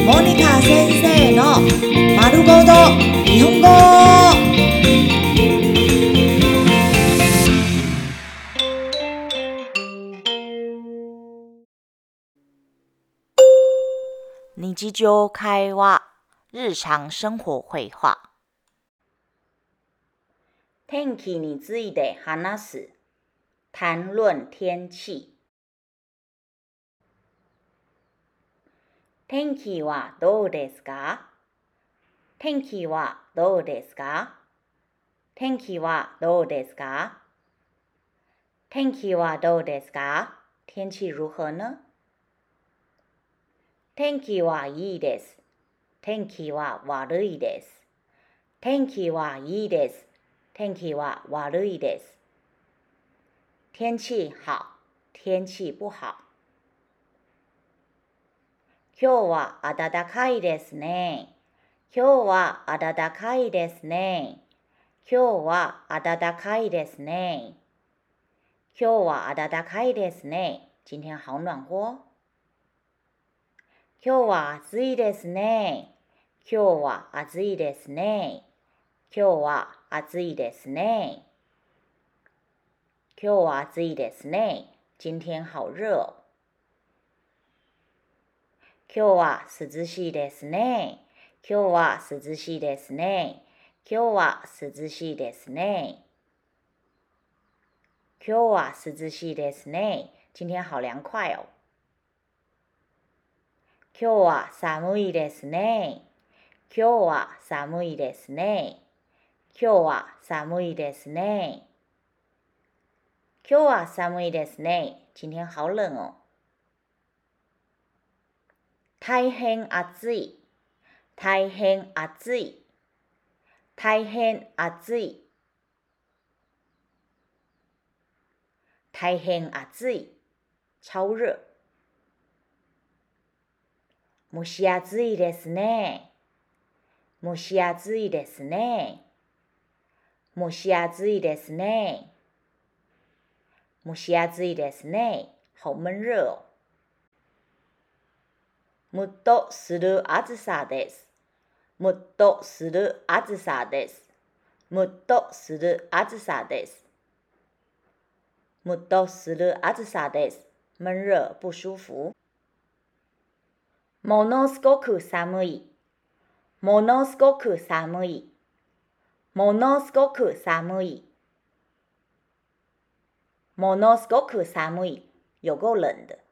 モニカ先生の丸ごと日本語。日常会話、日常生活会話。天気について話す、談論天氣。天気はどうですか？天気はどうですか？天気はどうですか？天気はどうですか？天氣如何呢？天気はいいです。天気は悪いです。天気はいいです。天気は悪いです。天氣好、天氣不好。今日は暖かいですね。今日は暖かいですね。今日は暖かいですね。今日は暖かいですね。今天好暖和。今日は暑いですね。今日は暑いですね。今日は暑いですね。今日は暑いですね。今天好熱。今日は涼しいですね。今日は涼しいですね。今日は涼しいですね。今日は涼しいですね。今天好涼快哦。今日は寒いですね。今日は寒いですね。今日は寒いですね。今日は寒いですね。今天好冷哦。大変暑い。大変暑い。大変暑い。大変暑い。超熱。蒸し暑いですね。蒸し暑いですね。蒸し暑いですね。蒸し暑いですね。好闷熱哦。ムッとする暑さです。ムッとする暑さです。ムッとする暑さです。ムッとする暑さです。闷熱不舒服。ものすごく寒い。ものすごく寒い。ものすごく寒い。ものすごく寒い。有够冷的。